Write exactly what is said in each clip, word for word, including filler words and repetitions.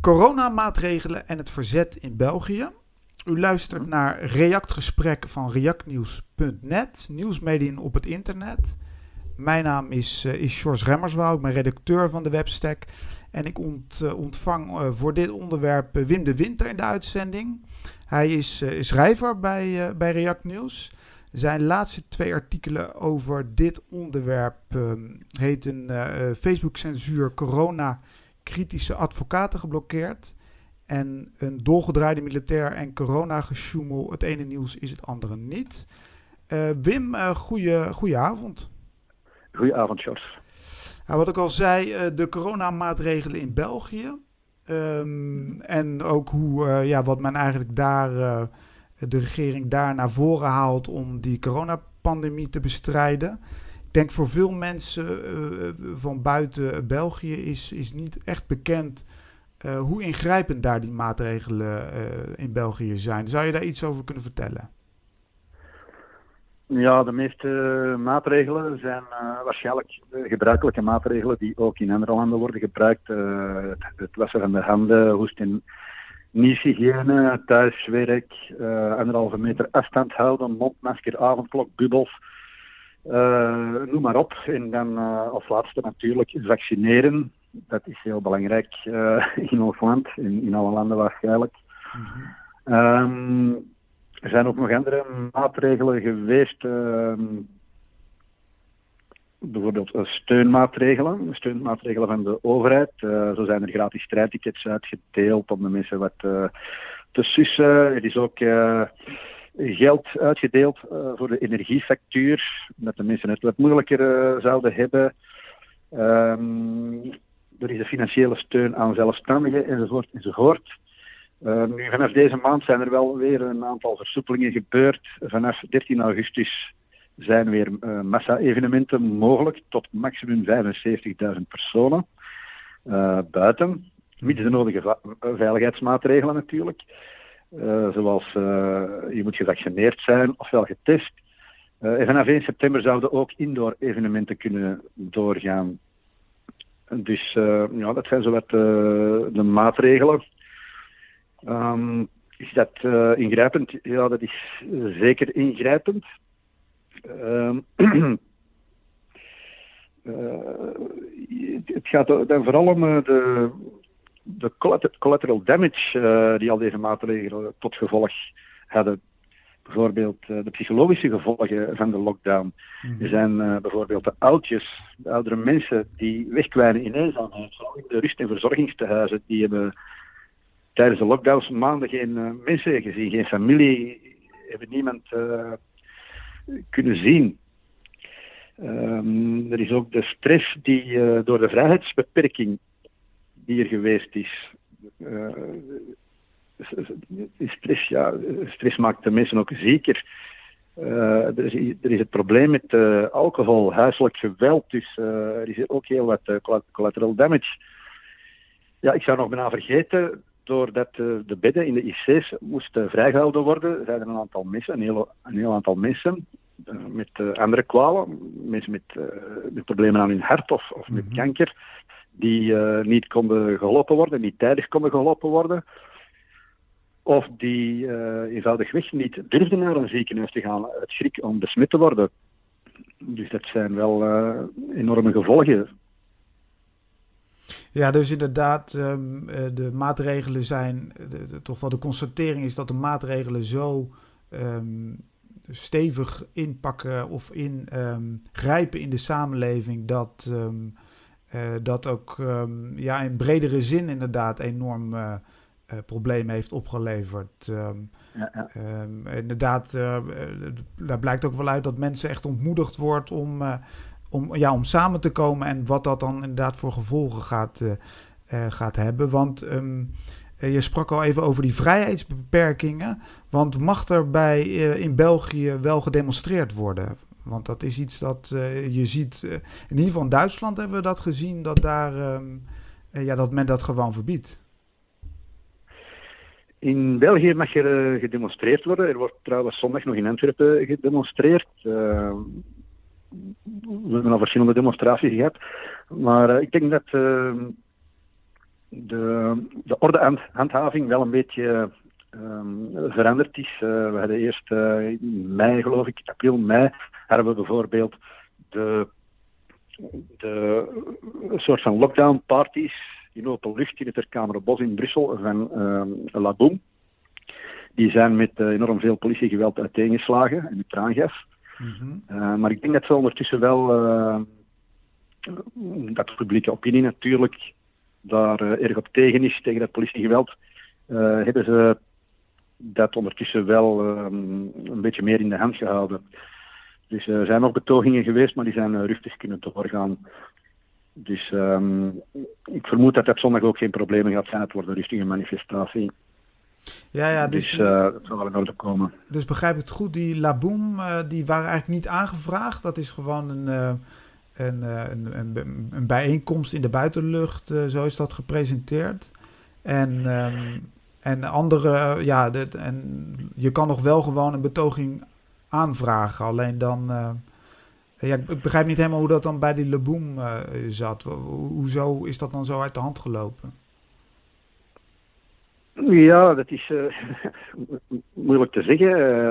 Coronamaatregelen en het verzet in België. U luistert naar Reactgesprek van reactnieuws punt net, nieuwsmedia op het internet. Mijn naam is, uh, is Sjors Remmerswaal, ik ben redacteur van de Webstack. En ik ont, uh, ontvang uh, voor dit onderwerp uh, Wim de Winter in de uitzending. Hij is uh, schrijver bij, uh, bij Reactnieuws. Zijn laatste twee artikelen over dit onderwerp uh, heten uh, Facebook-censuur, corona, kritische advocaten geblokkeerd. En een dolgedraaide militair en corona-gesjoemel. Het ene nieuws is het andere niet. Uh, Wim, uh, goeie, goeie avond. Goedenavond, Sjors. Nou, wat ik al zei, uh, de coronamaatregelen in België. Um, en ook hoe, uh, ja, wat men eigenlijk daar, uh, de regering daar naar voren haalt om die coronapandemie te bestrijden. Ik denk voor veel mensen uh, van buiten België is, is niet echt bekend uh, hoe ingrijpend daar die maatregelen uh, in België zijn. Zou je daar iets over kunnen vertellen? Ja, de meeste maatregelen zijn uh, waarschijnlijk uh, gebruikelijke maatregelen die ook in andere landen worden gebruikt. Uh, het, het wassen van de handen, hoest- en nieshygiëne, thuiswerk, uh, anderhalve meter afstand houden, mondmasker, avondklok, bubbels, uh, noem maar op. En dan uh, als laatste natuurlijk vaccineren. Dat is heel belangrijk uh, in ons land, in, in alle landen waarschijnlijk. Mm-hmm. Um, Er zijn ook nog andere maatregelen geweest, uh, bijvoorbeeld uh, steunmaatregelen, steunmaatregelen van de overheid. Uh, zo zijn er gratis treintickets uitgedeeld om de mensen wat uh, te sussen. Er is ook uh, geld uitgedeeld uh, voor de energiefactuur, dat de mensen het wat moeilijker uh, zouden hebben. Um, er is de financiële steun aan zelfstandigen, enzovoort, enzovoort. Uh, nu, vanaf deze maand zijn er wel weer een aantal versoepelingen gebeurd. Vanaf dertien augustus zijn weer uh, massa-evenementen mogelijk tot maximum vijfenzeventigduizend personen uh, buiten. Mits de nodige va- veiligheidsmaatregelen natuurlijk. Uh, zoals uh, je moet gevaccineerd zijn ofwel getest. Uh, en vanaf één september zouden ook indoor-evenementen kunnen doorgaan. Dus uh, ja, dat zijn zowat uh, de maatregelen. Um, is dat uh, ingrijpend? Ja, dat is zeker ingrijpend. Um, uh, het gaat dan vooral om uh, de, de collateral damage uh, die al deze maatregelen tot gevolg hadden. Bijvoorbeeld uh, de psychologische gevolgen van de lockdown. Mm-hmm. Er zijn uh, bijvoorbeeld de oudjes, de oudere mensen die wegkwijnen in eenzaamheid. Vooral in de rust- en verzorgingstehuizen, die hebben tijdens de lockdowns maanden geen uh, mensen gezien, geen familie, hebben niemand uh, kunnen zien. Um, er is ook de stress die uh, door de vrijheidsbeperking die er geweest is. Uh, stress, ja, stress maakt de mensen ook zieker. Uh, er, is, er is het probleem met uh, alcohol, huiselijk geweld, dus uh, er is ook heel wat uh, collateral damage. Ja, ik zou nog bijna vergeten. Doordat uh, de bedden in de I C's moesten vrijgehouden worden, zijn er een aantal mensen, een heel, een heel aantal mensen uh, met uh, andere kwalen, mensen met, uh, met problemen aan hun hart of, of met mm-hmm. kanker, die uh, niet konden geholpen worden, niet tijdig konden geholpen worden, of die uh, eenvoudigweg niet durfden naar een ziekenhuis te gaan uit schrik om besmet te worden. Dus dat zijn wel uh, enorme gevolgen. Ja, dus inderdaad, um, de maatregelen zijn, de, de, toch wel de constatering is dat de maatregelen zo um, stevig inpakken of ingrijpen um, in de samenleving, dat um, uh, dat ook um, ja, in bredere zin inderdaad enorm uh, uh, problemen heeft opgeleverd. Um, ja, ja. Um, inderdaad, uh, daar blijkt ook wel uit dat mensen echt ontmoedigd wordt om... Uh, Om, ja, om samen te komen en wat dat dan inderdaad voor gevolgen gaat, uh, uh, gaat hebben. Want um, uh, je sprak al even over die vrijheidsbeperkingen. Want mag er bij, uh, in België wel gedemonstreerd worden? Want dat is iets dat uh, je ziet... Uh, in ieder geval in Duitsland hebben we dat gezien, dat, daar, um, uh, ja, dat men dat gewoon verbiedt. In België mag er uh, gedemonstreerd worden. Er wordt trouwens zondag nog in Antwerpen gedemonstreerd. Uh, We hebben al verschillende demonstraties gehad. Maar uh, ik denk dat uh, de, de ordehandhaving wel een beetje um, veranderd is. Uh, we hadden eerst uh, in mei, geloof ik, april, mei, hadden we bijvoorbeeld de, de een soort van lockdown parties in open lucht in het Terkamerenbos in Brussel van uh, Laboum. Die zijn met uh, enorm veel politiegeweld uiteengeslagen en met traangas. Mm-hmm. Uh, maar ik denk dat ze ondertussen wel, uh, dat de publieke opinie natuurlijk daar uh, erg op tegen is, tegen dat politiegeweld, uh, hebben ze dat ondertussen wel um, een beetje meer in de hand gehouden. Dus uh, er zijn nog betogingen geweest, maar die zijn uh, rustig kunnen doorgaan. Dus um, ik vermoed dat dat zondag ook geen probleem gaat zijn. Het wordt een rustige manifestatie. Ja, ja, dus, dus uh, dat zal wel in orde komen. Dus begrijp ik het goed, die Laboum, uh, die waren eigenlijk niet aangevraagd. Dat is gewoon een, uh, een, uh, een, een, een bijeenkomst in de buitenlucht, uh, zo is dat gepresenteerd. En, um, en andere, uh, ja, de, en je kan nog wel gewoon een betoging aanvragen. Alleen dan, uh, ja, ik begrijp niet helemaal hoe dat dan bij die Laboum uh, zat. Hoezo is dat dan zo uit de hand gelopen? Ja, dat is uh, moeilijk te zeggen.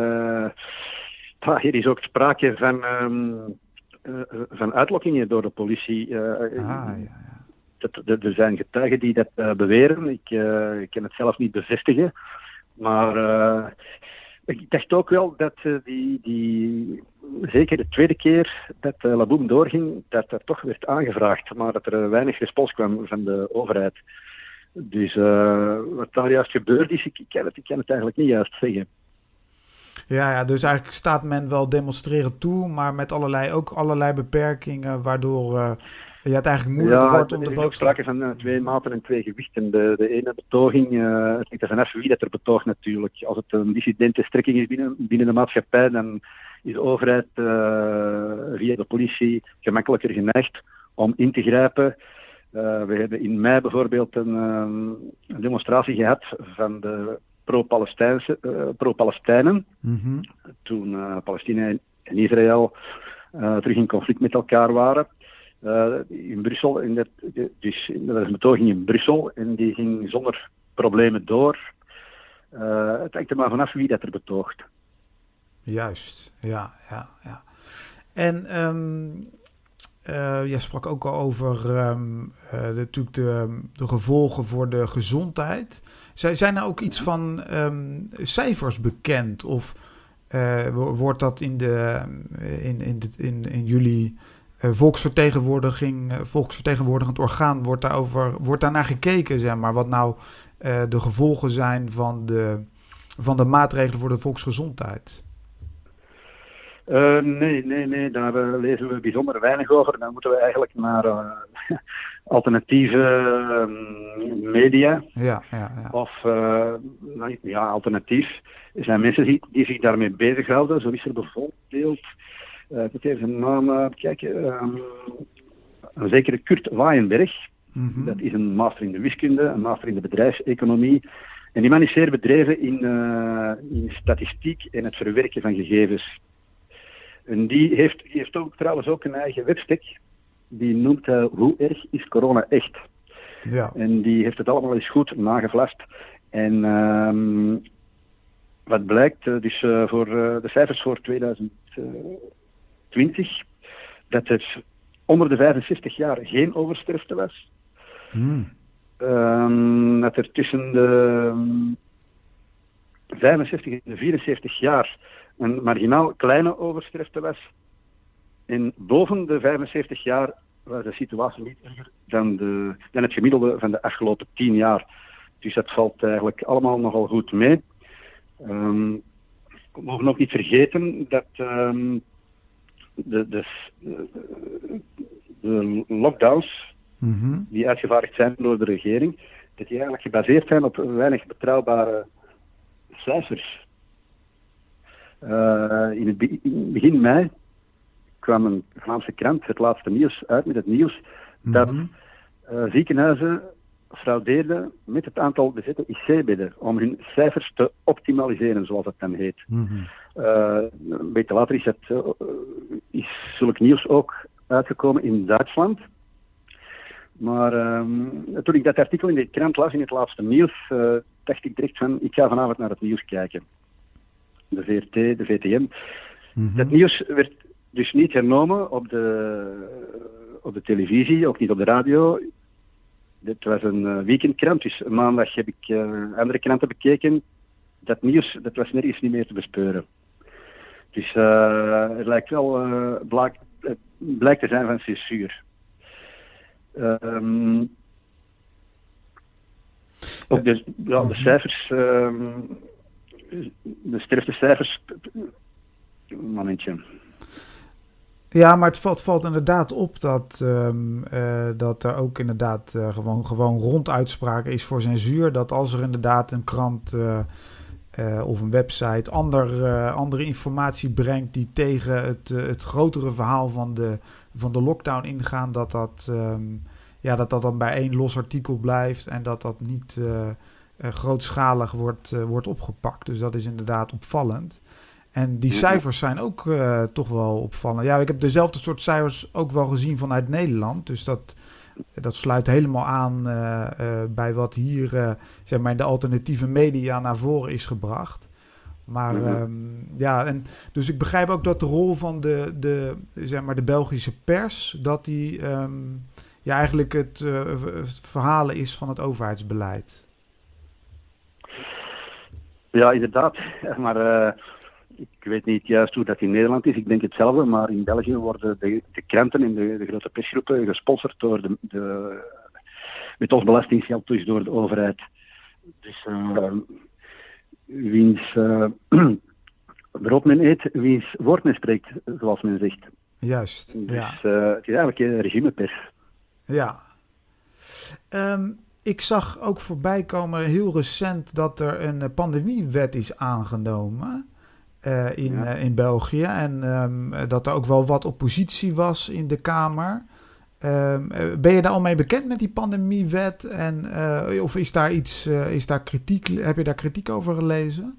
Uh, hier is ook sprake van, um, uh, van uitlokkingen door de politie. Uh, ah, ja, ja. Dat, dat, er zijn getuigen die dat uh, beweren. Ik, uh, ik kan het zelf niet bevestigen. Maar uh, ik dacht ook wel dat uh, die, die, zeker de tweede keer dat uh, Laboum doorging, dat dat toch werd aangevraagd. Maar dat er uh, weinig respons kwam van de overheid. Dus uh, wat daar juist gebeurd is, ik, ik, kan het, ik kan het eigenlijk niet juist zeggen. Ja, ja, dus eigenlijk staat men wel demonstreren toe, maar met allerlei, ook allerlei beperkingen, waardoor uh, ja, het eigenlijk moeilijk ja, wordt om de boodschap... Ja, er is sprake van uh, twee maten en twee gewichten. De, de ene betoging, uh, het hangt er vanaf wie dat er betoogt natuurlijk. Als het een dissidente strekking is binnen, binnen de maatschappij, dan is de overheid uh, via de politie gemakkelijker geneigd om in te grijpen. Uh, we hebben in mei bijvoorbeeld een, um, een demonstratie gehad van de pro-Palestijnse, uh, pro-Palestijnen. Mm-hmm. Toen uh, Palestina en Israël uh, terug in conflict met elkaar waren. Uh, in Brussel, in dat, dus dat was een betoging in Brussel en die ging zonder problemen door. Uh, het hangt er maar vanaf wie dat er betoogt. Juist, ja, ja, ja. En... Um... Uh, jij sprak ook al over um, uh, de, natuurlijk de, de gevolgen voor de gezondheid. Zijn, zijn er ook iets van um, cijfers bekend? Of uh, wordt dat in, de, in, in, de, in, in jullie uh, volksvertegenwoordiging, uh, volksvertegenwoordigend orgaan, wordt, daarover, wordt daarnaar gekeken, zeg maar, wat nou uh, de gevolgen zijn van de, van de maatregelen voor de volksgezondheid? Uh, nee, nee, nee, daar uh, lezen we bijzonder weinig over. Dan moeten we eigenlijk naar uh, alternatieve uh, media. Ja, ja, ja. Of, uh, nou, ja, alternatief. Er zijn mensen die, die zich daarmee bezighouden. Zo is er bijvoorbeeld, uh, ik moet even een naam uh, kijken, um, een zekere Kurt Waaienberg. Mm-hmm. Dat is een master in de wiskunde, een master in de bedrijfseconomie. En die man is zeer bedreven in, uh, in statistiek en het verwerken van gegevens. En die heeft, die heeft ook trouwens ook een eigen webstack. Die noemt uh, Hoe erg is corona echt? Ja. En die heeft het allemaal eens goed nagevlast. En um, wat blijkt, uh, dus uh, voor uh, de cijfers voor twintig twintig, dat er onder de vijfenzestig jaar geen oversterfte was. Hmm. Um, dat er tussen de vijfenzestig en de vierenzeventig jaar een marginaal kleine oversterfte was. En boven de vijfenzeventig jaar was de situatie niet erger dan, de, dan het gemiddelde van de afgelopen tien jaar. Dus dat valt eigenlijk allemaal nogal goed mee. Um, we mogen ook niet vergeten dat um, de, de, de lockdowns mm-hmm. die uitgevaardigd zijn door de regering, dat die eigenlijk gebaseerd zijn op weinig betrouwbare cijfers. Uh, in, het be- in begin mei kwam een Vlaamse krant, het laatste nieuws, uit met het nieuws mm-hmm. dat uh, ziekenhuizen fraudeerden met het aantal bezette I C-bedden om hun cijfers te optimaliseren, zoals het dan heet. Mm-hmm. Uh, een beetje later is, het, uh, is zulk nieuws ook uitgekomen in Duitsland. Maar um, toen ik dat artikel in de krant las in het laatste nieuws, uh, dacht ik direct van, ik ga vanavond naar het nieuws kijken. De V R T, de V T M. Mm-hmm. Dat nieuws werd dus niet hernomen op de, op de televisie, ook niet op de radio. Dit was een uh, weekendkrant, dus maandag heb ik uh, andere kranten bekeken. Dat nieuws, dat was nergens niet meer te bespeuren. Dus uh, het lijkt wel, uh, blijk, het blijkt te zijn van censuur. Um, ook de, ja, de cijfers, um, de sterftecijfers, momentje. Ja, maar het valt, valt inderdaad op dat, um, uh, dat er ook inderdaad uh, gewoon, gewoon ronduitspraak is voor censuur. Dat als er inderdaad een krant uh, uh, of een website ander, uh, andere informatie brengt die tegen het, uh, het grotere verhaal van de, van de lockdown ingaan, dat dat, um, ja, dat dat dan bij één los artikel blijft en dat dat niet uh, uh, grootschalig wordt, uh, wordt opgepakt. Dus dat is inderdaad opvallend. En die cijfers zijn ook uh, toch wel opvallend. Ja, ik heb dezelfde soort cijfers ook wel gezien vanuit Nederland. Dus dat, dat sluit helemaal aan uh, uh, bij wat hier uh, zeg maar in de alternatieve media naar voren is gebracht. Maar mm-hmm. um, ja, en dus ik begrijp ook dat de rol van de, de, zeg maar de Belgische pers, dat die um, ja, eigenlijk het, uh, het verhalen is van het overheidsbeleid. Ja, inderdaad. Maar uh, ik weet niet juist hoe dat in Nederland is. Ik denk hetzelfde, maar in België worden de, de kranten en de, de grote persgroepen gesponsord door de, de, met ons belastingsgeld, dus door de overheid. Dus uh, wiens uh, brood men eet, wiens woord men spreekt, zoals men zegt. Juist, dus, ja. Uh, het is eigenlijk een regimepers. Ja. Um, ik zag ook voorbij komen heel recent dat er een pandemiewet is aangenomen uh, in, ja. uh, in België. En um, dat er ook wel wat oppositie was in de Kamer. Um, ben je daar al mee bekend met die pandemiewet? En, uh, of is daar iets, uh, is daar kritiek, heb je daar kritiek over gelezen?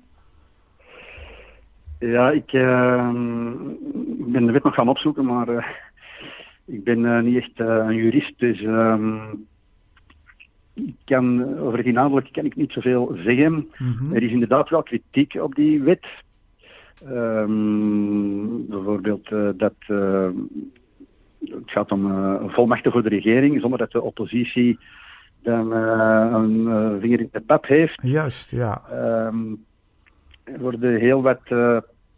Ja, ik uh, ben de wet nog gaan opzoeken, maar uh, ik ben uh, niet echt uh, een jurist, dus um, ik kan, over het inhoudelijke kan ik niet zoveel zeggen. Mm-hmm. Er is inderdaad wel kritiek op die wet. Um, bijvoorbeeld uh, dat uh, het gaat om uh, volmachten voor de regering, zonder dat de oppositie dan uh, een uh, vinger in de pap heeft. Juist, ja. Um, er worden heel wat uh,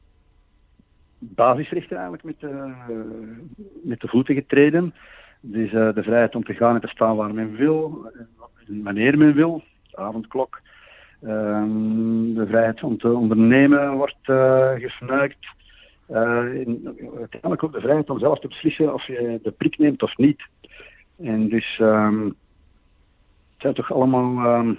basisrechten eigenlijk met, uh, met de voeten getreden. Dus uh, de vrijheid om te gaan en te staan waar men wil, en wanneer men wil, de avondklok. Um, de vrijheid om te ondernemen wordt uh, gesnuikt. Uh, en uiteindelijk ook de vrijheid om zelf te beslissen of je de prik neemt of niet. En dus um, het zijn toch allemaal um,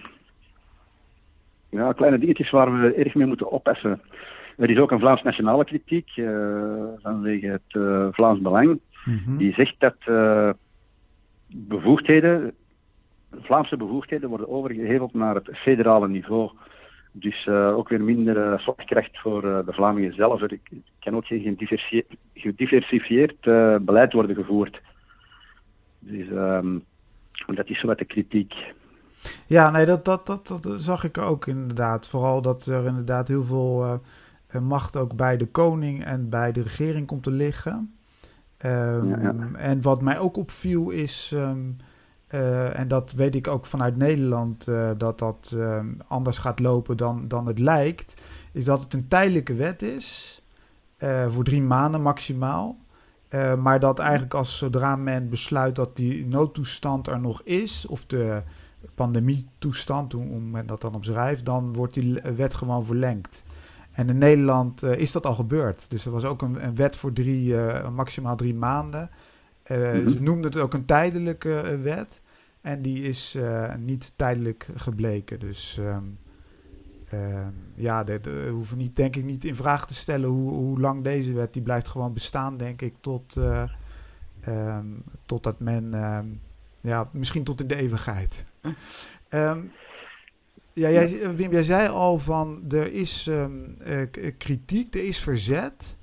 ja, kleine dingetjes waar we erg mee moeten oppassen. Er is ook een Vlaams nationale kritiek uh, vanwege het uh, Vlaams Belang. Mm-hmm. Die zegt dat uh, bevoegdheden, Vlaamse bevoegdheden worden overgeheveld naar het federale niveau. Dus uh, ook weer minder uh, slagkracht voor uh, de Vlamingen zelf. Er kan ook geen gediversifieerd uh, beleid worden gevoerd. Dus um, dat is zo wat de kritiek. Ja, nee, dat, dat, dat, dat zag ik ook inderdaad. Vooral dat er inderdaad heel veel uh, macht ook bij de koning en bij de regering komt te liggen. Um, ja, ja. En wat mij ook opviel is, um, uh, en dat weet ik ook vanuit Nederland, uh, dat dat um, anders gaat lopen dan, dan het lijkt, is dat het een tijdelijke wet is, uh, voor drie maanden maximaal. Uh, maar dat eigenlijk als zodra men besluit dat die noodtoestand er nog is, of de pandemietoestand, hoe men dat dan omschrijft, dan wordt die wet gewoon verlengd. En in Nederland uh, is dat al gebeurd. Dus er was ook een, een wet voor drie, uh, maximaal drie maanden. Uh, mm-hmm. Ze noemden het ook een tijdelijke uh, wet. En die is uh, niet tijdelijk gebleken. Dus um, uh, ja, we hoeven niet, denk ik niet in vraag te stellen hoe, hoe lang deze wet, die blijft gewoon bestaan, denk ik, tot, uh, um, totdat men, um, ja, misschien tot in de eeuwigheid. um, Ja, jij, Wim, jij zei al van er is um, uh, kritiek, er is verzet.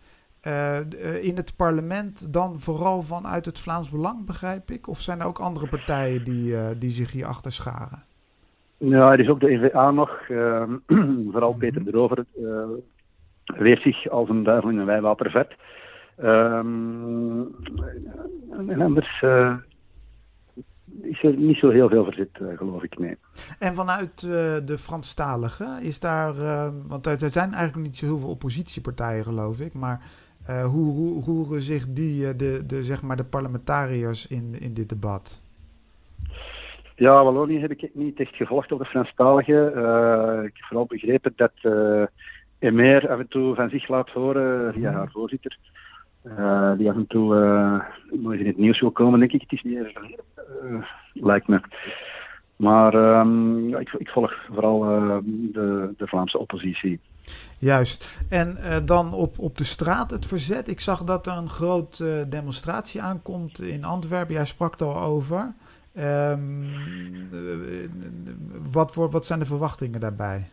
uh, in het parlement dan vooral vanuit het Vlaams Belang, begrijp ik? Of zijn er ook andere partijen die, uh, die zich hier achter scharen? Ja, er is ook de N V A nog. Uh, vooral Peter de Rover uh, weert zich als een duivel in een wijwatervet. Um, en anders uh, is er niet zo heel veel verzet, uh, geloof ik, nee. En vanuit uh, de Franstaligen is daar... Uh, want er zijn eigenlijk niet zo heel veel oppositiepartijen, geloof ik. Maar uh, hoe, hoe roeren zich die, uh, de, de, zeg maar de parlementariërs in, in dit debat? Ja, Wallonië heb ik niet echt gevolgd op de Franstaligen. Uh, ik heb vooral begrepen dat uh, Emer af en toe van zich laat horen via haar voorzitter. Uh, die af en toe uh, nog eens in het nieuws wil komen, denk ik. Het is niet even uh, lijkt me. Maar um, ja, ik, ik volg vooral uh, de, de Vlaamse oppositie. Juist. En uh, dan op, op de straat het verzet. Ik zag dat er een grote uh, demonstratie aankomt in Antwerpen. Jij sprak er al over. Um, uh, wat, wat zijn de verwachtingen daarbij?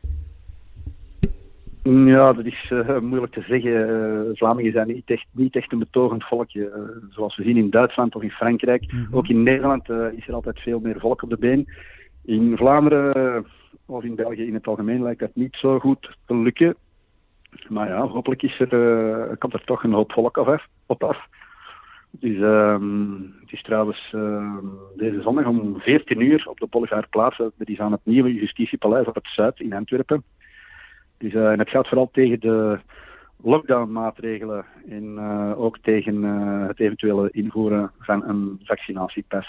Ja, dat is uh, moeilijk te zeggen. Uh, Vlamingen zijn niet echt, niet echt een betogend volkje. Uh, zoals we zien in Duitsland of in Frankrijk. Mm-hmm. Ook in Nederland uh, is er altijd veel meer volk op de been. In Vlaanderen uh, of in België in het algemeen lijkt dat niet zo goed te lukken. Maar ja, hopelijk is er, uh, komt er toch een hoop volk op af. Op af. Dus, uh, het is trouwens uh, deze zondag om veertien uur op de Boulevardplaats. Dat is aan het nieuwe Justitiepaleis op het Zuid in Antwerpen. Dus, uh, en het gaat vooral tegen de lockdown-maatregelen en uh, ook tegen uh, het eventuele invoeren van een vaccinatiepas.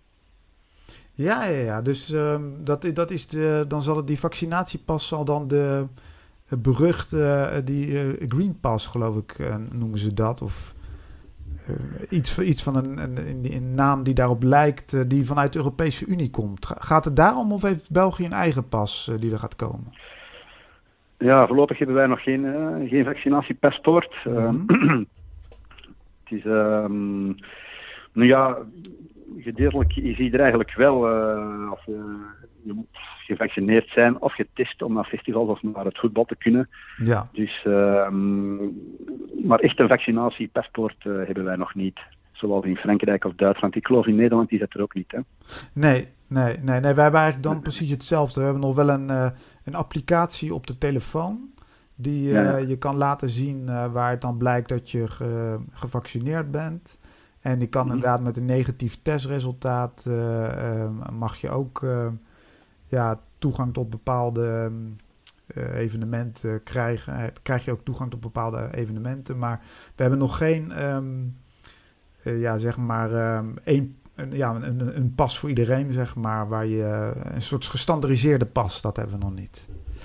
Ja, ja, ja. Dus um, dat, dat is de, dan zal het die vaccinatiepas zal dan de uh, beruchte uh, die uh, Green Pass, geloof ik, uh, noemen ze dat, of uh, iets, iets van een, een, een naam die daarop lijkt, uh, die vanuit de Europese Unie komt. Gaat het daarom of heeft België een eigen pas uh, die er gaat komen? Ja, voorlopig hebben wij nog geen, uh, geen vaccinatiepaspoort. Mm-hmm. Uh, het is, um, nou ja, gedeeltelijk is ieder eigenlijk wel, uh, of, uh, je moet gevaccineerd zijn of getest om naar festivals of naar het voetbal te kunnen. Ja. Dus, uh, maar echt een vaccinatiepaspoort uh, hebben wij nog niet. Zoals in Frankrijk of Duitsland. Ik geloof in Nederland is dat er ook niet, hè? Nee, nee, nee, nee. Wij hebben eigenlijk dan precies hetzelfde. We hebben nog wel een, uh, een applicatie op de telefoon. Die uh, ja, ja. je kan laten zien uh, waar het dan blijkt dat je ge, gevaccineerd bent. En die kan mm-hmm. inderdaad met een negatief testresultaat uh, uh, mag je ook uh, ja, toegang tot bepaalde uh, evenementen krijgen. Krijg je ook toegang tot bepaalde evenementen. Maar we hebben nog geen... Um, Uh, ja, zeg maar, um, een, een, ja, een, een pas voor iedereen, zeg maar, waar je uh, een soort gestandardiseerde pas, dat hebben we nog niet.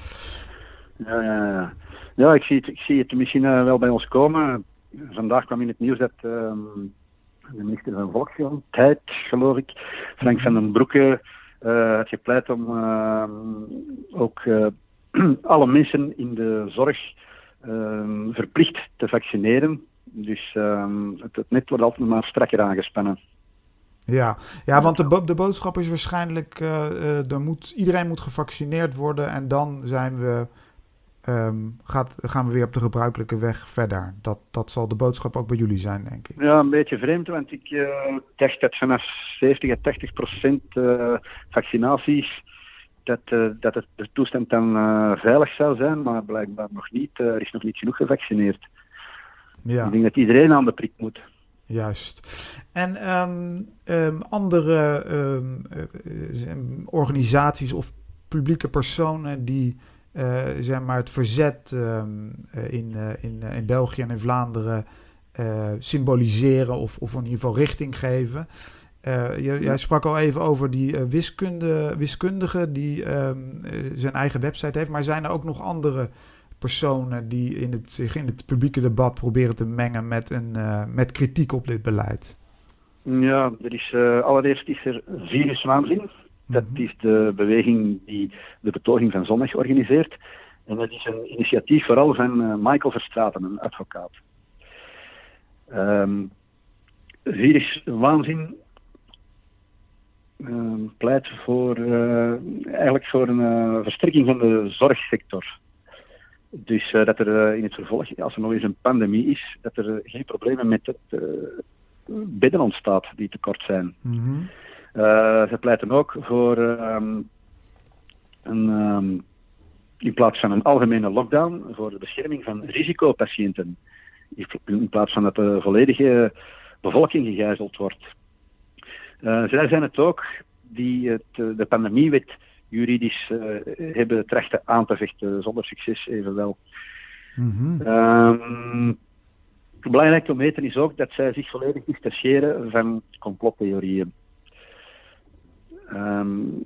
Ja, ja, ja. ja ik, zie het, ik zie het misschien uh, wel bij ons komen. Vandaag kwam in het nieuws dat um, de minister van Volksgezondheid, geloof ik, Frank van den Broeke, uh, had gepleit om uh, ook uh, alle mensen in de zorg uh, verplicht te vaccineren. Dus um, het, het net wordt altijd maar strakker aangespannen. Ja, ja want de, bo- de boodschap is waarschijnlijk... Uh, uh, er moet, iedereen moet gevaccineerd worden... en dan zijn we, um, gaat, gaan we weer op de gebruikelijke weg verder. Dat, dat zal de boodschap ook bij jullie zijn, denk ik. Ja, een beetje vreemd, want ik uh, dacht dat vanaf zeventig à tachtig procent uh, vaccinaties... dat, uh, dat het, de toestand dan uh, veilig zou zijn, maar blijkbaar nog niet. Uh, er is nog niet genoeg gevaccineerd. Ja. Ik denk dat iedereen aan de prik moet. Juist. En um, um, andere um, uh, organisaties of publieke personen die uh, zeg maar het verzet um, in, uh, in, uh, in België en in Vlaanderen uh, symboliseren of, of in ieder geval richting geven. Uh, jij, jij sprak al even over die uh, wiskunde, wiskundige die um, uh, zijn eigen website heeft, maar zijn er ook nog andere personen die in het, zich in het publieke debat proberen te mengen met, een, uh, met kritiek op dit beleid? Ja, er is, uh, allereerst is er Viruswaanzin. Dat mm-hmm. is de beweging die de betoging van zondag organiseert. En dat is een initiatief vooral van uh, Michael Verstraeten, een advocaat. Um, Viruswaanzin uh, pleit voor, uh, eigenlijk voor een uh, versterking van de zorgsector. Dus uh, dat er uh, in het vervolg, als er nog eens een pandemie is, dat er uh, geen problemen met het uh, bedden ontstaat die tekort zijn. Mm-hmm. Uh, ze pleiten ook voor um, een, um, in plaats van een algemene lockdown, voor de bescherming van risicopatiënten. In plaats van dat de volledige bevolking gegijzeld wordt. Uh, zij zijn het ook die het, de pandemiewet juridisch uh, hebben trachten aan te vechten, zonder succes evenwel. Mm-hmm. Um, belangrijk om te weten is ook dat zij zich volledig distancieren van complottheorieën. Um,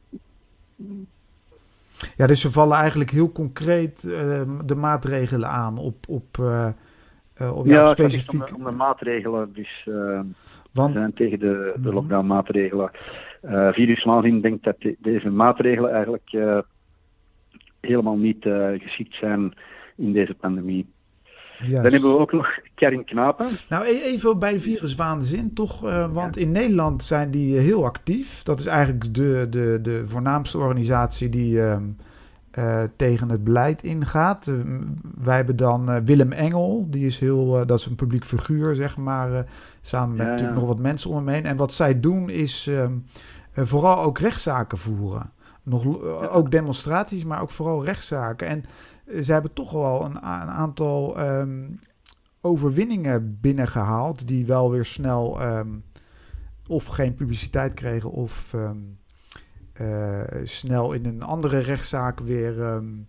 ja, dus ze vallen eigenlijk heel concreet uh, de maatregelen aan op, op, uh, uh, op ja, ja, specifiek. Om de, om de maatregelen, dus uh, Want, we zijn tegen de, de lockdown-maatregelen. Uh, Viruswaanzin denkt dat de, deze maatregelen eigenlijk uh, helemaal niet uh, geschikt zijn in deze pandemie. Yes. Dan hebben we ook nog Karin Knapen. Nou, even bij de viruswaanzin toch, uh, want ja. in Nederland zijn die heel actief. Dat is eigenlijk de, de, de voornaamste organisatie die uh, uh, tegen het beleid ingaat. Uh, wij hebben dan uh, Willem Engel, die is heel, uh, dat is een publiek figuur, zeg maar, uh, samen met ja, ja. nog wat mensen om hem heen. En wat zij doen is uh, uh, vooral ook rechtszaken voeren. Nog, uh, ja. Ook demonstraties, maar ook vooral rechtszaken. En ze hebben toch wel een, een aantal um, overwinningen binnengehaald die wel weer snel um, of geen publiciteit kregen of um, uh, snel in een andere rechtszaak weer, um,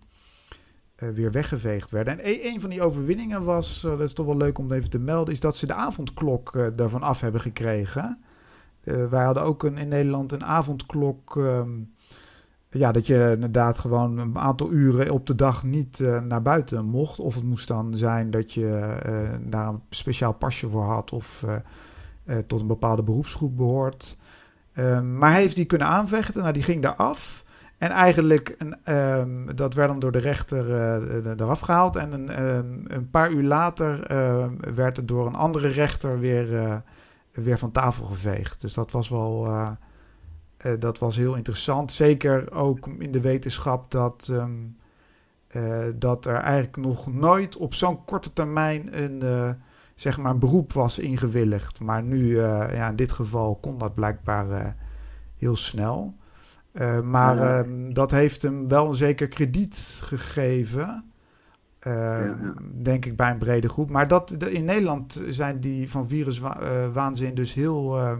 uh, weer weggeveegd werden. En een, een van die overwinningen was, uh, dat is toch wel leuk om even te melden, is dat ze de avondklok uh, daarvan af hebben gekregen. Uh, wij hadden ook een, in Nederland een avondklok. Um, Ja, dat je inderdaad gewoon een aantal uren op de dag niet uh, naar buiten mocht. Of het moest dan zijn dat je uh, daar een speciaal pasje voor had of uh, uh, tot een bepaalde beroepsgroep behoort. Uh, maar hij heeft die kunnen aanvechten. Nou, die ging daar af. En eigenlijk, een, um, dat werd dan door de rechter uh, eraf gehaald. En een, um, een paar uur later uh, werd het door een andere rechter weer, uh, weer van tafel geveegd. Dus dat was wel... Uh, Uh, dat was heel interessant. Zeker ook in de wetenschap dat, um, uh, dat er eigenlijk nog nooit op zo'n korte termijn een, uh, zeg maar een beroep was ingewilligd. Maar nu, uh, ja, in dit geval kon dat blijkbaar uh, heel snel. Uh, maar ja. uh, dat heeft hem wel een zeker krediet gegeven. Uh, ja, ja. Denk ik bij een brede groep. Maar dat, de, in Nederland zijn die van viruswaanzin uh, dus heel... Uh,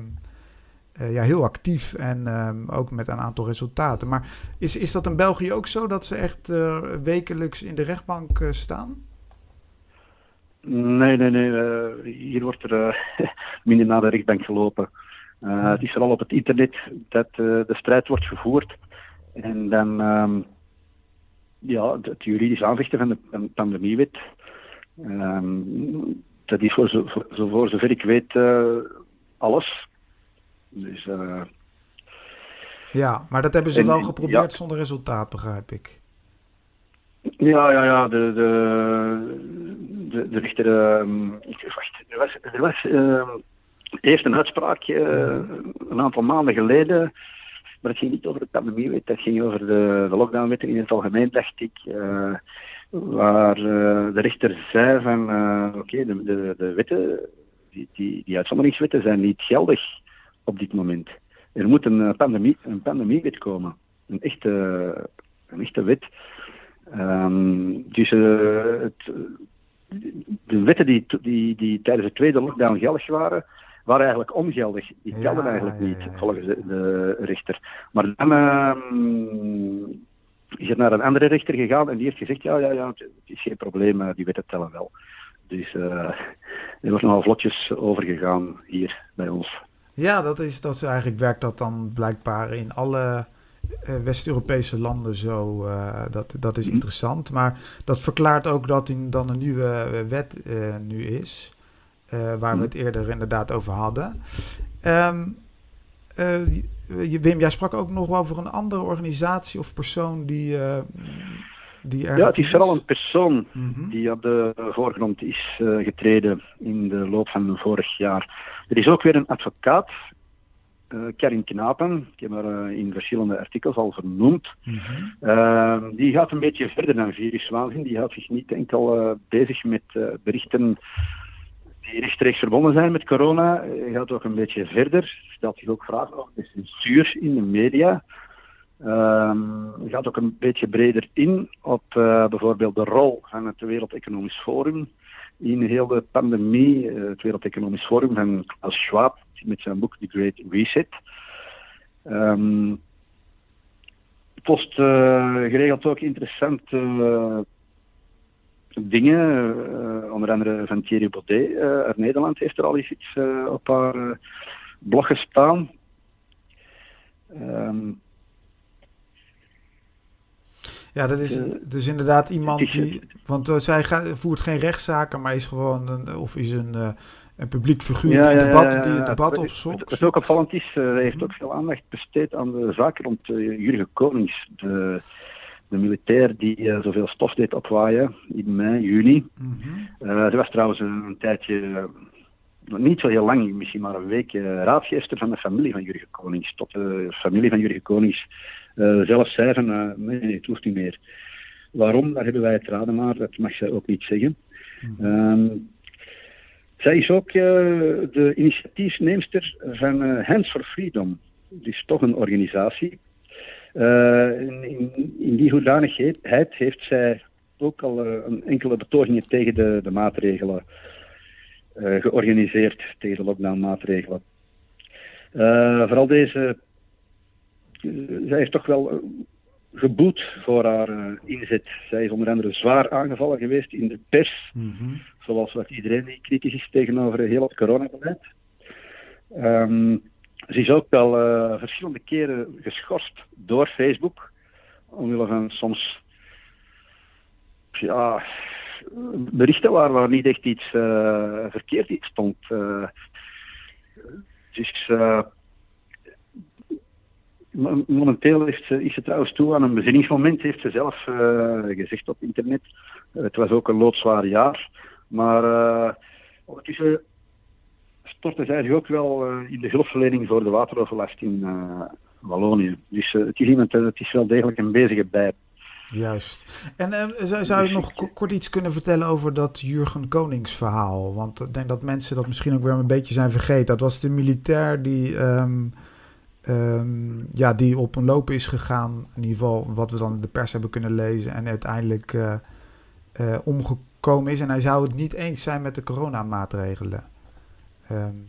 Uh, ja, heel actief en um, ook met een aantal resultaten. Maar is, is dat in België ook zo dat ze echt uh, wekelijks in de rechtbank uh, staan? Nee, nee, nee. Uh, hier wordt er uh, minder naar de rechtbank gelopen. Uh, hmm. Het is vooral op het internet dat uh, de strijd wordt gevoerd. En dan um, ja, het juridisch aanvechten van de, van de pandemiewet. Um, dat is voor, zo, voor, voor zover ik weet uh, alles. Dus, uh, ja, maar dat hebben ze en, wel geprobeerd ja. zonder resultaat, begrijp ik. Ja, ja, ja. De, de, de, de rechter... Uh, wacht, er was, er was uh, eerst een uitspraak uh, een aantal maanden geleden, maar het ging niet over de pandemiewet, dat ging over de, de lockdownwetten in het algemeen, dacht ik, uh, waar uh, de rechter zei van, uh, oké, okay, de, de, de wetten, die, die, die uitzonderingswetten zijn niet geldig op dit moment. Er moet een, pandemie, een pandemiewet komen. Een echte, een echte wet. Um, dus uh, het, de wetten die, die, die tijdens de tweede lockdown geldig waren, waren eigenlijk ongeldig. Die telden ja, eigenlijk ja, niet, ja, ja. volgens de, de rechter. Maar dan um, is het naar een andere rechter gegaan en die heeft gezegd, ja, ja, ja, het is geen probleem, die wetten tellen wel. Dus uh, er wordt nogal vlotjes overgegaan hier bij ons. Ja, dat is, dat is eigenlijk werkt dat dan blijkbaar in alle uh, West-Europese landen zo. Uh, dat, dat is interessant. Maar dat verklaart ook dat er dan een nieuwe wet uh, nu is. Uh, waar we het eerder inderdaad over hadden. Um, uh, Wim, jij sprak ook nog over een andere organisatie of persoon die... Uh, die er ja, het is vooral een persoon mm-hmm. die op de voorgrond is uh, getreden in de loop van vorig jaar. Er is ook weer een advocaat uh, Karin Knapen, ik heb haar uh, in verschillende artikels al vernoemd, Mm-hmm. uh, die gaat een beetje verder dan viruswaanzin. Die houdt zich niet enkel uh, bezig met uh, berichten die rechtstreeks verbonden zijn met corona. Hij gaat ook een beetje verder, stelt zich ook vragen over de censuur in de media. Um, gaat ook een beetje breder in op uh, bijvoorbeeld de rol van het Wereld Economisch Forum in heel de pandemie. Uh, het Wereld Economisch Forum van Klaus Schwab met zijn boek The Great Reset. Um, post uh, geregeld ook interessante uh, dingen, uh, onder andere van Thierry Baudet uh, uit Nederland heeft er al eens iets uh, op haar uh, blog gestaan. Um, Ja, dat is dus inderdaad iemand die... Want uh, zij gaat, voert geen rechtszaken, maar is gewoon een... Of is een, uh, een publiek figuur ja, die, ja, debat, ja, ja, ja. die het debat het, opzoekt. Het, het ook opvallend is, uh, hij heeft ook veel aandacht besteed aan de zaak rond uh, Jurgen Konings. De, de militair die uh, zoveel stof deed opwaaien in mei, juni. Mm-hmm. Uh, ze was trouwens een, een tijdje... Uh, niet zo heel lang, misschien maar een week, uh, raadgeefster van de familie van Jurgen Konings. Tot de familie van Jurgen Konings uh, zelf zei van, uh, nee, nee, het hoeft niet meer. Waarom? Daar hebben wij het raden maar, dat mag zij ook niet zeggen. Mm-hmm. Um, zij is ook uh, de initiatiefneemster van uh, Hands for Freedom. Dat is toch een organisatie. Uh, in, in, in die hoedanigheid heeft zij ook al uh, een enkele betogingen tegen de, de maatregelen uh, georganiseerd, tegen de lockdown-maatregelen. Uh, vooral deze... Uh, zij heeft toch wel... Uh, geboet voor haar uh, inzet. Zij is onder andere zwaar aangevallen geweest in de pers, mm-hmm. zoals wat iedereen die kritisch is tegenover heel het coronabeleid. Um, ze is ook wel uh, verschillende keren geschorst door Facebook, omwille van soms ja, berichten waar, waar niet echt iets uh, verkeerd iets stond. Uh, dus... Uh, Momenteel heeft ze, is ze trouwens toe aan een bezinningsmoment, heeft ze zelf uh, gezegd op internet. Uh, het was ook een loodzwaar jaar. Maar uh, ondertussen stortte zij zich ook wel uh, in de hulpverlening voor de wateroverlast in uh, Wallonië. Dus uh, het is iemand, uh, het is wel degelijk een bezige bij. Juist. En uh, zou, zou je dus nog k- kort iets kunnen vertellen over dat Jurgen Konings verhaal? Want ik denk dat mensen dat misschien ook weer een beetje zijn vergeten. Dat was de militair die... Um, Um, ja, die op een loop is gegaan, in ieder geval wat we dan in de pers hebben kunnen lezen en uiteindelijk uh, uh, omgekomen is. En hij zou het niet eens zijn met de coronamaatregelen. Um.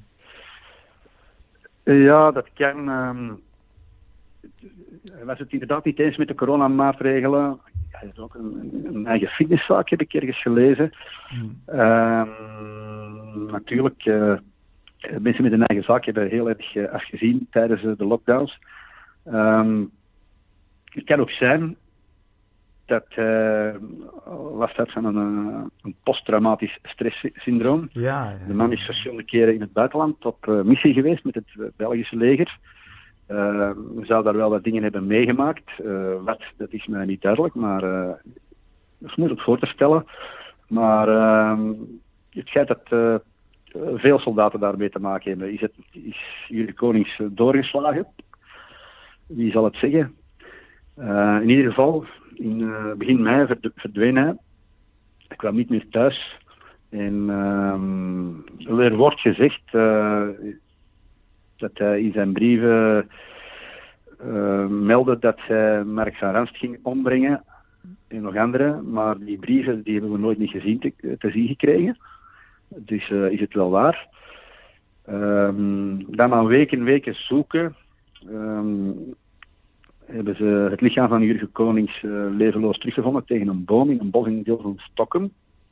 Ja, dat kan. Um, hij was het inderdaad niet eens met de coronamaatregelen. Hij heeft ook een, een eigen fitnesszaak, heb ik ergens gelezen. Hmm. Um, natuurlijk... Uh, Mensen met een eigen zaak hebben heel erg uh, afgezien tijdens uh, de lockdowns. Um, het kan ook zijn dat hij uh, last had van een, uh, een posttraumatisch stresssyndroom. Ja, ja. De man is verschillende keren in het buitenland op uh, missie geweest met het uh, Belgische leger. Uh, zou daar wel wat dingen hebben meegemaakt. Uh, wat, dat is mij niet duidelijk, maar uh, dat is moeilijk voor te stellen. Maar uh, het schijnt dat... Uh, veel soldaten daarmee te maken hebben. Is, het, is Jurgen Konings doorgeslagen? Wie zal het zeggen? Uh, in ieder geval, in uh, begin mei verdween hij. Hij kwam niet meer thuis. En uh, er wordt gezegd uh, dat hij in zijn brieven uh, meldde dat hij Mark van Ranst ging ombrengen en nog anderen. Maar die brieven die hebben we nooit niet gezien te, te zien gekregen. Dus uh, is het wel waar. Um, dan na weken en weken zoeken um, hebben ze het lichaam van Jurgen Konings uh, levenloos teruggevonden tegen een boom in een bos in een deel van Stockholm.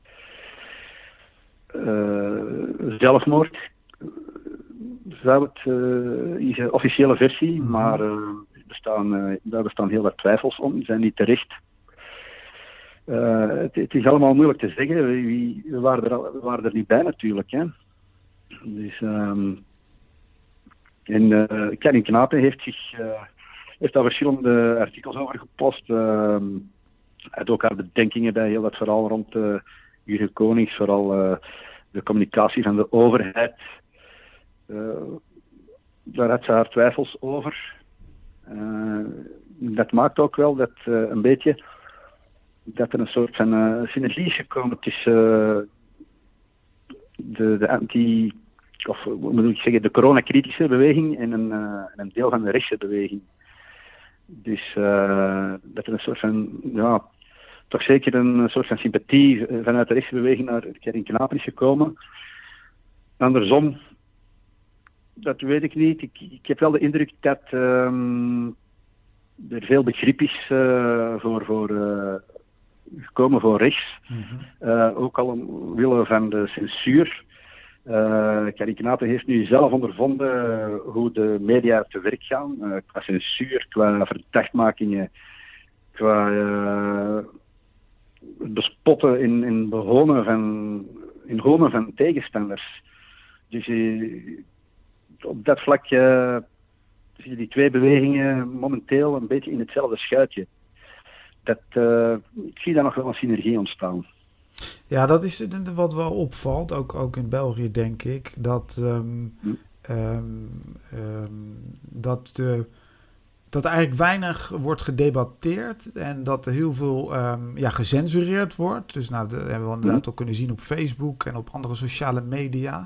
Uh, zelfmoord zou het uh, is een officiële versie, mm-hmm. maar uh, bestaan, uh, daar bestaan heel wat twijfels om, die zijn niet terecht. Uh, het, het is allemaal moeilijk te zeggen. We, we, waren, er, we waren er niet bij natuurlijk. Hè. Dus, um, en uh, Karin Knapen heeft, zich, uh, heeft daar verschillende artikels over gepost. Uh, hij had ook haar bedenkingen bij heel dat verhaal rond uh, Jurgen Konings. Vooral uh, de communicatie van de overheid. Uh, daar had ze haar twijfels over. Uh, dat maakt ook wel dat uh, een beetje dat er een soort van uh, synergie is gekomen tussen uh, de, de anti, of hoe moet ik zeggen, de coronakritische beweging en een, uh, een deel van de rechtse beweging. Dus uh, dat er een soort van, ja, toch zeker een soort van sympathie vanuit de rechtse beweging naar Karin Knapen is gekomen. Andersom, dat weet ik niet. Ik, ik heb wel de indruk dat um, er veel begrip is uh, voor, voor uh, gekomen voor rechts. Mm-hmm. Uh, ook al omwille van de censuur. Uh, Karin Knapen heeft nu zelf ondervonden uh, hoe de media te werk gaan. Uh, qua censuur, qua verdachtmakingen, qua uh, bespotten in, in behonen van, in honen van tegenstanders. Dus uh, op dat vlak uh, zie je die twee bewegingen momenteel een beetje in hetzelfde schuitje. Dat, uh, ik zie daar nog wel een synergie ontstaan. Ja, dat is wat wel opvalt, ook, ook in België denk ik, dat, um, hm. um, um, dat, uh, dat er eigenlijk weinig wordt gedebatteerd en dat er heel veel um, ja, gecensureerd wordt. Dus nou, dat hebben we inderdaad hm. ook kunnen zien op Facebook en op andere sociale media.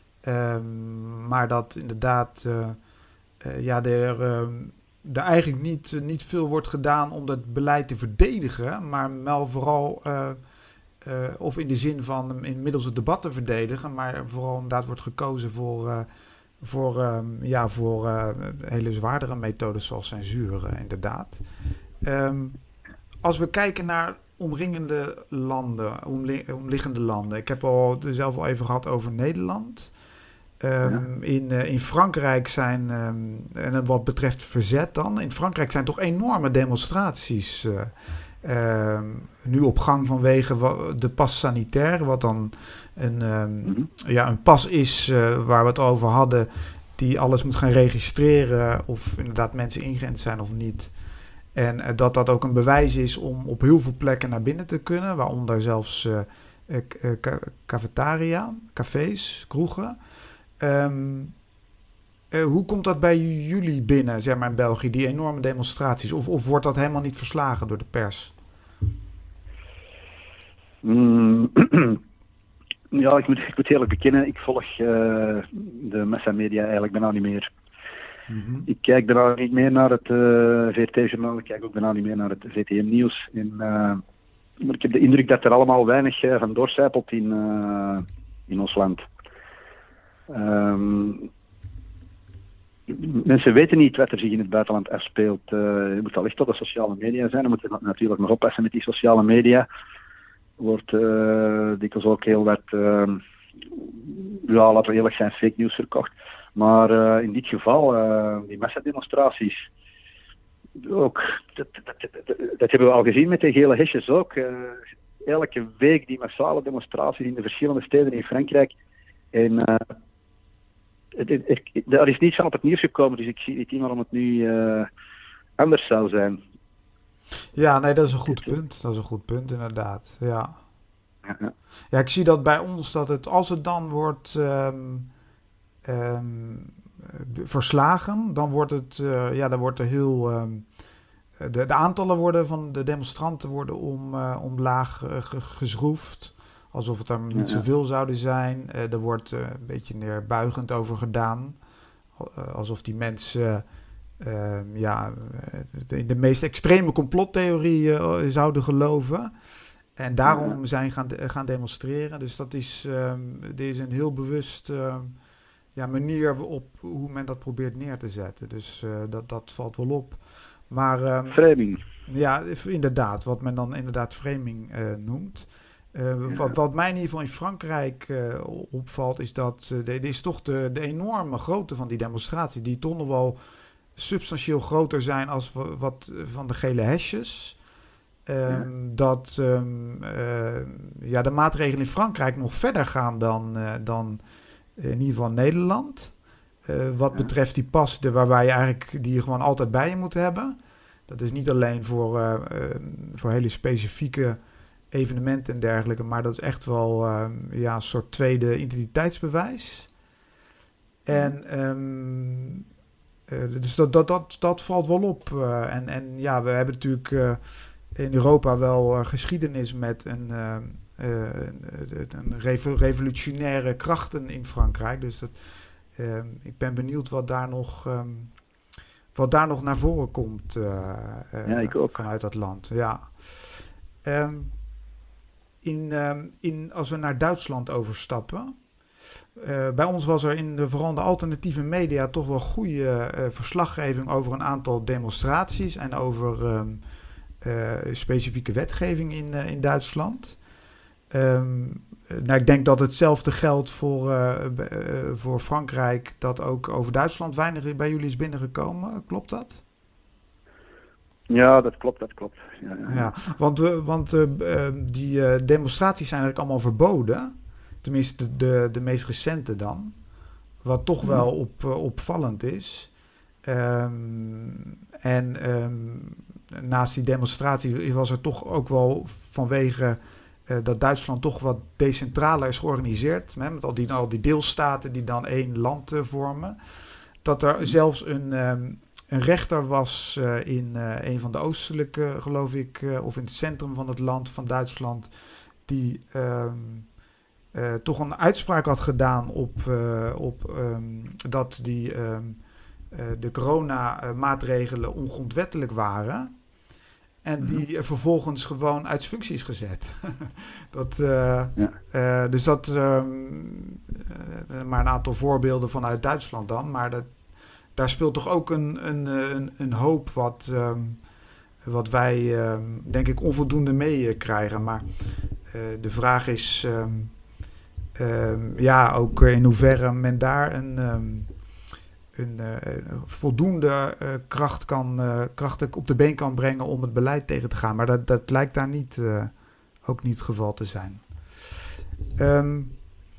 Um, maar dat inderdaad uh, uh, ja, er, uh, er eigenlijk niet, uh, niet veel wordt gedaan om dat beleid te verdedigen, maar wel vooral... Uh, Uh, of in de zin van inmiddels het debat te verdedigen, maar vooral inderdaad wordt gekozen voor, uh, voor, um, ja, voor uh, hele zwaardere methodes zoals censuur, uh, inderdaad. Um, als we kijken naar omringende landen, omli- omliggende landen. Ik heb al zelf al even gehad over Nederland. Um, ja. in, uh, in Frankrijk zijn, um, en wat betreft verzet dan, in Frankrijk zijn toch enorme demonstraties uh, Uh, nu op gang vanwege de pas sanitaire, wat dan een, um, mm-hmm. ja, een pas is uh, waar we het over hadden, die alles moet gaan registreren of inderdaad mensen ingeënt zijn of niet. En uh, dat dat ook een bewijs is om op heel veel plekken naar binnen te kunnen, waaronder zelfs uh, uh, uh, cafetaria, cafés, kroegen. Um, uh, hoe komt dat bij jullie binnen, zeg maar in België, die enorme demonstraties? Of, of wordt dat helemaal niet verslagen door de pers? Mm, ja, ik moet, ik moet eerlijk bekennen, ik volg uh, de massamedia eigenlijk bijna niet meer. Mm-hmm. Ik kijk bijna niet meer naar het uh, V R T-journaal, ik kijk ook bijna niet meer naar het V T M-nieuws. En, uh, maar ik heb de indruk dat er allemaal weinig uh, van doorcijpelt in, uh, in ons land. Um, Mensen weten niet wat er zich in het buitenland afspeelt. Uh, je moet allicht op de sociale media zijn. Dan moet je natuurlijk nog oppassen met die sociale media. Wordt uh, dikwijls ook heel wat, uh, ja, laten we eerlijk zijn, fake news verkocht. Maar uh, in dit geval, uh, die massademonstraties, ook, dat, dat, dat, dat hebben we al gezien met de gele hesjes ook. Uh, elke week die massale demonstraties in de verschillende steden in Frankrijk. En... Uh, Er is niets van op het nieuws gekomen, dus ik zie niet in waarom het nu uh, anders zou zijn. Ja, nee, dat is een goed punt. Dat is een goed punt, inderdaad. Ja. Ja, ja. Ja, ik zie dat bij ons, dat het, als het dan wordt um, um, verslagen, dan wordt het, uh, ja, dan wordt er heel... Um, de, de aantallen worden van de demonstranten worden om, uh, omlaag uh, geschroefd. Alsof het er niet ja, zoveel zouden zijn. Uh, er wordt uh, een beetje neerbuigend over gedaan. Uh, alsof die mensen uh, ja, in de meest extreme complottheorie uh, zouden geloven. En daarom ja. zijn gaan, de, gaan demonstreren. Dus dat is, um, dit is een heel bewust uh, ja, manier op hoe men dat probeert neer te zetten. Dus uh, dat, dat valt wel op. Maar, um, framing. Ja, inderdaad. Wat men dan inderdaad framing uh, noemt. Uh, ja. wat, wat mij in ieder geval in Frankrijk uh, opvalt, is dat uh, de, is toch de, de enorme grootte van die demonstratie, die toch nog wel substantieel groter zijn als w- wat van de gele hesjes. Um, ja. Dat um, uh, ja, de maatregelen in Frankrijk nog verder gaan dan, uh, dan in ieder geval Nederland. Uh, wat ja. betreft die pas, de, waarbij je eigenlijk die je gewoon altijd bij je moet hebben. Dat is niet alleen voor, uh, uh, voor hele specifieke evenementen en dergelijke, maar dat is echt wel uh, ja, een soort tweede identiteitsbewijs. En um, uh, dus dat, dat, dat, dat valt wel op. Uh, en, en ja, we hebben natuurlijk uh, in Europa wel uh, geschiedenis met een, uh, uh, een revo- revolutionaire krachten in Frankrijk. Dus dat, uh, ik ben benieuwd wat daar nog, um, wat daar nog naar voren komt uh, uh, ja, ik ook. vanuit dat land. Ja. Um, in, um, in, als we naar Duitsland overstappen. Uh, bij ons was er in de, vooral in de alternatieve media toch wel goede uh, verslaggeving over een aantal demonstraties en over um, uh, specifieke wetgeving in, uh, in Duitsland. Um, nou, ik denk dat hetzelfde geldt voor, uh, b- uh, voor Frankrijk, dat ook over Duitsland weinig bij jullie is binnengekomen. Klopt dat? Ja, dat klopt, dat klopt. Ja, ja. Ja, want, we, want uh, uh, die uh, demonstraties zijn eigenlijk allemaal verboden. Tenminste, de, de, de meest recente dan. Wat toch wel op, uh, opvallend is. Um, en um, naast die demonstratie was er toch ook wel vanwege uh, dat Duitsland toch wat decentraler is georganiseerd. Hè, met al die, al die deelstaten die dan één land uh, vormen. Dat er zelfs een, um, een rechter was uh, in uh, een van de oostelijke, geloof ik, uh, of in het centrum van het land van Duitsland, die um, uh, toch een uitspraak had gedaan op, uh, op um, dat die, um, uh, de corona-maatregelen ongrondwettelijk waren. En die uh, vervolgens gewoon uit functie is gezet. dat, uh, ja. uh, dus dat, um, uh, maar een aantal voorbeelden vanuit Duitsland dan. Maar dat, daar speelt toch ook een, een, een, een hoop wat, um, wat wij, um, denk ik, onvoldoende meekrijgen. Maar uh, de vraag is, um, um, ja, ook in hoeverre men daar een... Um, Een, uh, een voldoende uh, kracht, kan, uh, kracht op de been kan brengen om het beleid tegen te gaan. Maar dat, dat lijkt daar niet, uh, ook niet het geval te zijn. Um,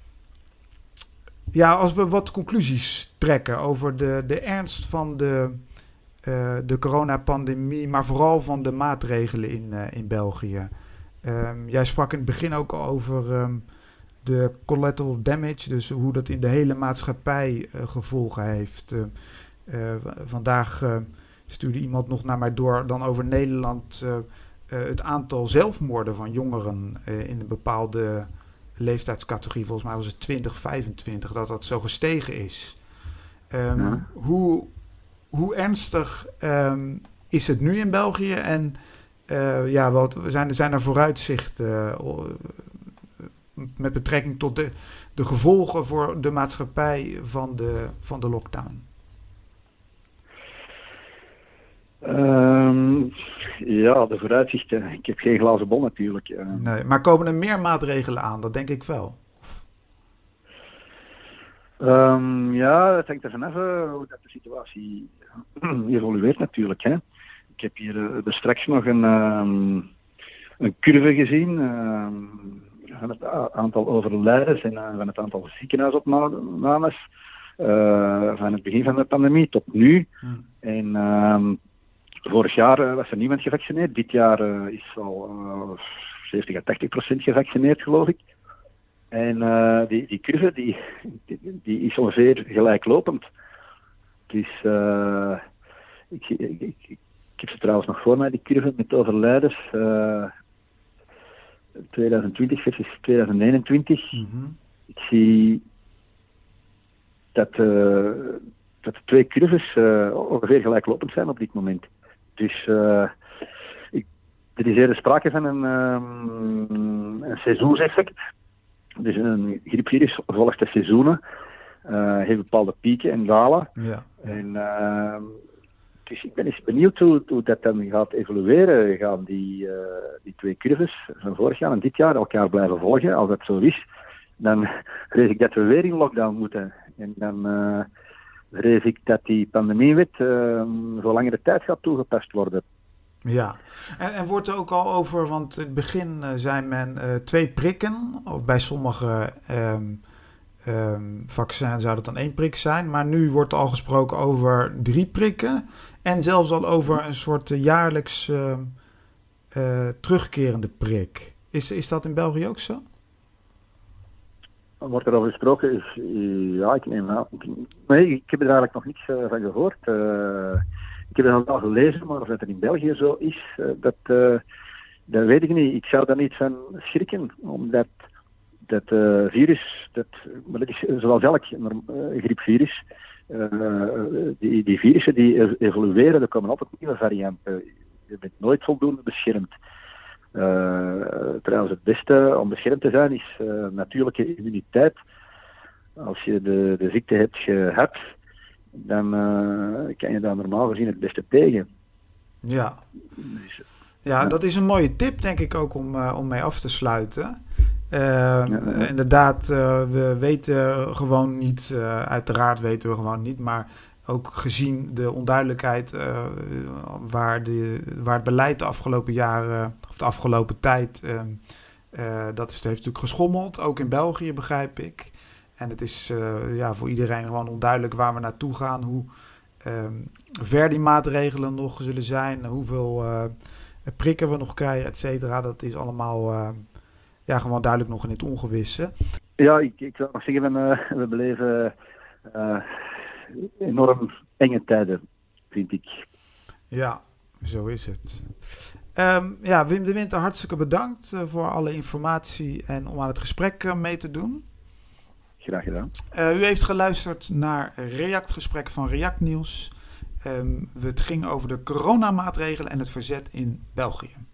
ja, als we wat conclusies trekken over de, de ernst van de, uh, de coronapandemie, maar vooral van de maatregelen in, uh, in België. Um, jij sprak in het begin ook al over... Um, de collateral damage, dus hoe dat in de hele maatschappij uh, gevolgen heeft. Uh, uh, vandaag uh, stuurde iemand nog naar mij door dan over Nederland uh, uh, het aantal zelfmoorden van jongeren uh, in een bepaalde leeftijdscategorie, volgens mij was het twintig, vijfentwintig, dat dat zo gestegen is. Um, ja. hoe, hoe ernstig um, is het nu in België en uh, ja, wat zijn, zijn er vooruitzichten uh, met betrekking tot de, de gevolgen voor de maatschappij van de, van de lockdown? Um, ja, de vooruitzichten. Ik heb geen glazen bol natuurlijk. Uh. Nee, maar komen er meer maatregelen aan? Dat denk ik wel. Um, ja, het hangt er vanaf uh, hoe dat de situatie evolueert natuurlijk. Hè. Ik heb hier uh, er straks nog een, um, een curve gezien. Um, van het aantal overlijdens en uh, van het aantal ziekenhuisopnames uh, van het begin van de pandemie tot nu. Hmm. En uh, vorig jaar uh, was er niemand gevaccineerd. Dit jaar uh, is al uh, zeventig à tachtig procent gevaccineerd, geloof ik. En uh, die, die curve die, die, die is ongeveer gelijklopend. Dus uh, ik, ik, ik, ik heb ze trouwens nog voor mij, die curve met overlijdens. Uh, twintig twintig versus twintig eenentwintig. Mm-hmm. Ik zie dat, uh, dat de twee curves uh, ongeveer gelijklopend zijn op dit moment. Dus uh, ik, er is eerder sprake van een, um, een seizoenseffect. Dus een griepvirus volgt de seizoenen, uh, heeft bepaalde pieken en dalen. Ja. En, uh, dus ik ben eens benieuwd hoe, hoe dat dan gaat evolueren. Gaan die, uh, die twee curves van vorig jaar en dit jaar elkaar blijven volgen? Als dat zo is, dan vrees ik dat we weer in lockdown moeten. En dan uh, vrees ik dat die pandemiewet uh, voor langere tijd gaat toegepast worden. Ja, en, en wordt er ook al over, want in het begin uh, zei men uh, twee prikken, of bij sommige um, um, vaccins zou dat dan één prik zijn, maar nu wordt er al gesproken over drie prikken en zelfs al over een soort uh, jaarlijks uh, uh, terugkerende prik. Is, is dat in België ook zo? wordt er over gesproken? Is, ja, ik neem aan. Nee, ik heb er eigenlijk nog niets uh, van gehoord. Uh, ik heb het al gelezen, maar of dat er in België zo is, uh, dat, uh, dat weet ik niet. Ik zou daar niet van schrikken, omdat dat uh, virus, dat, maar dat is zoals elk uh, griepvirus, uh, die, die virussen die evolueren, er komen altijd nieuwe varianten. Je bent nooit voldoende beschermd. Uh, trouwens, het beste om beschermd te zijn is uh, natuurlijke immuniteit. Als je de, de ziekte hebt gehad, dan uh, kan je daar normaal gezien het beste tegen. Ja, dus, ja, ja. Dat is een mooie tip, denk ik ook, om, uh, om mee af te sluiten. Uh, ja, ja. Uh, inderdaad, uh, we weten gewoon niet, uh, uiteraard weten we gewoon niet, maar ook gezien de onduidelijkheid uh, waar, de, waar het beleid de afgelopen jaren, of de afgelopen tijd, uh, uh, dat is, het heeft natuurlijk geschommeld, ook in België begrijp ik. En het is uh, ja, voor iedereen gewoon onduidelijk waar we naartoe gaan, hoe uh, ver die maatregelen nog zullen zijn, hoeveel uh, prikken we nog krijgen, et cetera. Dat is allemaal uh, ja, gewoon duidelijk nog in het ongewisse. Ja, ik, ik zou nog zeggen, uh, we beleven uh, enorm enge tijden, vind ik. Ja, zo is het. Um, ja, Wim de Winter, hartstikke bedankt uh, voor alle informatie en om aan het gesprek uh, mee te doen. Graag gedaan. Uh, u heeft geluisterd naar React-gesprek van React Nieuws. Um, het ging over de coronamaatregelen en het verzet in België.